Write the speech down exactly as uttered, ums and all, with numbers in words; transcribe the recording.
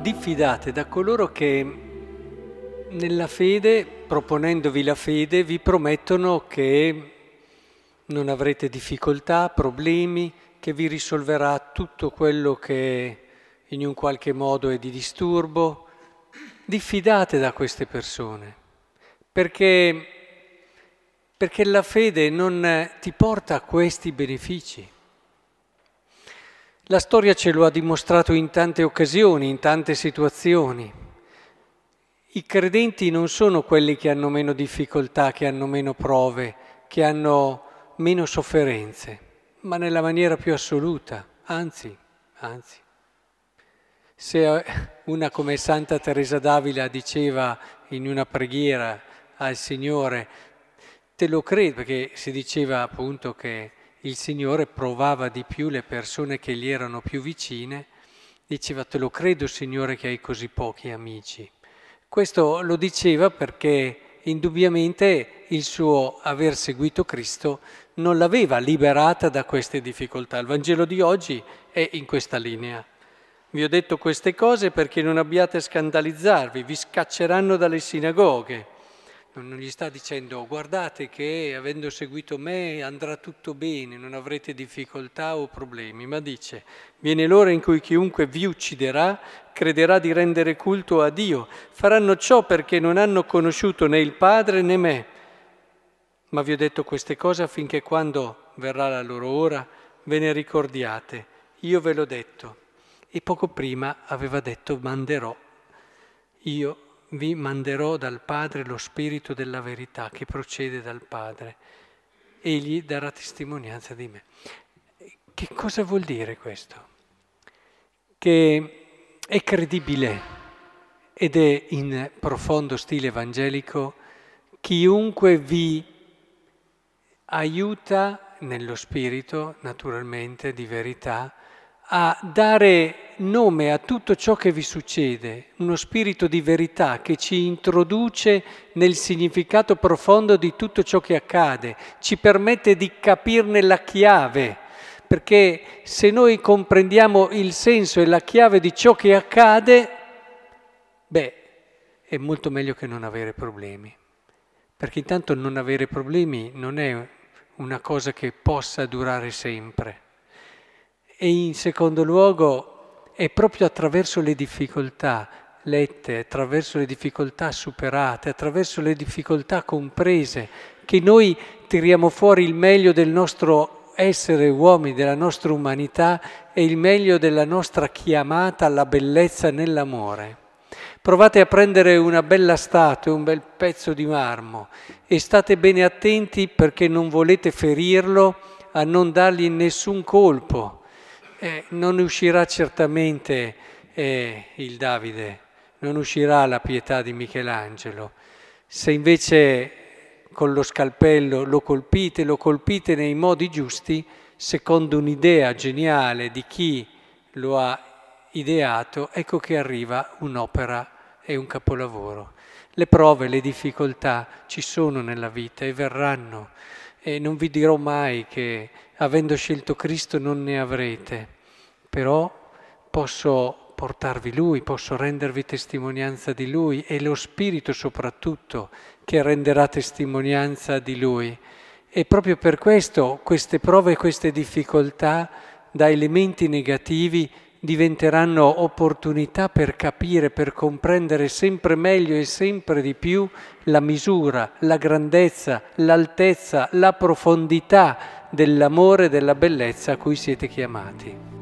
diffidate da coloro che nella fede, proponendovi la fede, vi promettono che non avrete difficoltà, problemi, che vi risolverà tutto quello che in un qualche modo è di disturbo. Diffidate da queste persone, perché, perché la fede non ti porta a questi benefici. La storia ce lo ha dimostrato in tante occasioni, in tante situazioni. I credenti non sono quelli che hanno meno difficoltà, che hanno meno prove, che hanno meno sofferenze, ma nella maniera più assoluta, anzi, anzi. Se una come Santa Teresa d'Avila diceva in una preghiera al Signore, te lo credo, perché si diceva appunto che il Signore provava di più le persone che gli erano più vicine, diceva te lo credo Signore che hai così pochi amici. Questo lo diceva perché indubbiamente il suo aver seguito Cristo non l'aveva liberata da queste difficoltà. Il Vangelo di oggi è in questa linea. Vi ho detto queste cose perché non abbiate a scandalizzarvi, vi scacceranno dalle sinagoghe. Non gli sta dicendo guardate che avendo seguito me andrà tutto bene, non avrete difficoltà o problemi, ma dice viene l'ora in cui chiunque vi ucciderà crederà di rendere culto a Dio. Faranno ciò perché non hanno conosciuto né il Padre né me. Ma vi ho detto queste cose affinché quando verrà la loro ora ve ne ricordiate. Io ve l'ho detto. E poco prima aveva detto manderò. Io vi manderò dal Padre lo Spirito della verità che procede dal Padre. Egli darà testimonianza di me. Che cosa vuol dire questo? Che è credibile ed è in profondo stile evangelico chiunque vi aiuta nello Spirito, naturalmente, di verità, a dare nome a tutto ciò che vi succede, uno spirito di verità che ci introduce nel significato profondo di tutto ciò che accade, ci permette di capirne la chiave, perché se noi comprendiamo il senso e la chiave di ciò che accade, beh, è molto meglio che non avere problemi, perché intanto non avere problemi non è una cosa che possa durare sempre. E in secondo luogo è proprio attraverso le difficoltà lette, attraverso le difficoltà superate, attraverso le difficoltà comprese, che noi tiriamo fuori il meglio del nostro essere uomini, della nostra umanità e il meglio della nostra chiamata alla bellezza nell'amore. Provate a prendere una bella statua, un bel pezzo di marmo e state bene attenti perché non volete ferirlo, a non dargli nessun colpo. Eh, non uscirà certamente eh, il Davide, non uscirà la pietà di Michelangelo. Se invece con lo scalpello lo colpite, lo colpite nei modi giusti, secondo un'idea geniale di chi lo ha ideato, ecco che arriva un'opera e un capolavoro. Le prove, le difficoltà ci sono nella vita e verranno. E non vi dirò mai che avendo scelto Cristo non ne avrete, però posso portarvi Lui, posso rendervi testimonianza di Lui e lo Spirito soprattutto che renderà testimonianza di Lui. E proprio per questo queste prove e queste difficoltà da elementi negativi diventeranno opportunità per capire, per comprendere sempre meglio e sempre di più la misura, la grandezza, l'altezza, la profondità dell'amore e della bellezza a cui siete chiamati.